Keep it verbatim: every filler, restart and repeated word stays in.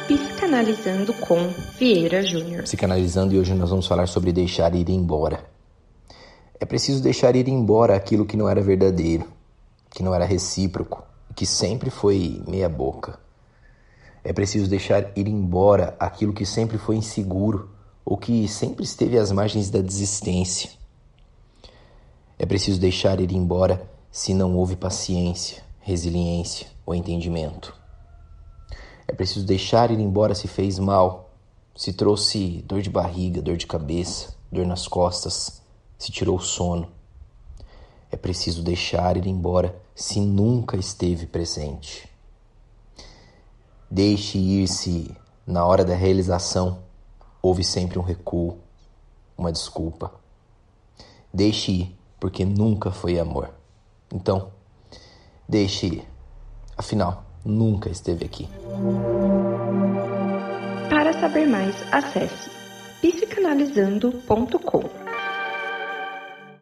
Psicanalizando com Vieira Júnior. Psicanalizando, e hoje nós vamos falar sobre deixar ir embora. É preciso deixar ir embora aquilo que não era verdadeiro, que não era recíproco, que sempre foi meia boca. É preciso deixar ir embora aquilo que sempre foi inseguro ou que sempre esteve às margens da desistência. É preciso deixar ir embora se não houve paciência, resiliência ou entendimento. É preciso deixar ir embora se fez mal, se trouxe dor de barriga, dor de cabeça, dor nas costas, se tirou o sono. É preciso deixar ir embora se nunca esteve presente. Deixe ir se, na hora da realização, houve sempre um recuo, uma desculpa. Deixe ir, porque nunca foi amor. Então, deixe ir. Afinal, nunca esteve aqui. Para saber mais, acesse psicanalizando ponto com.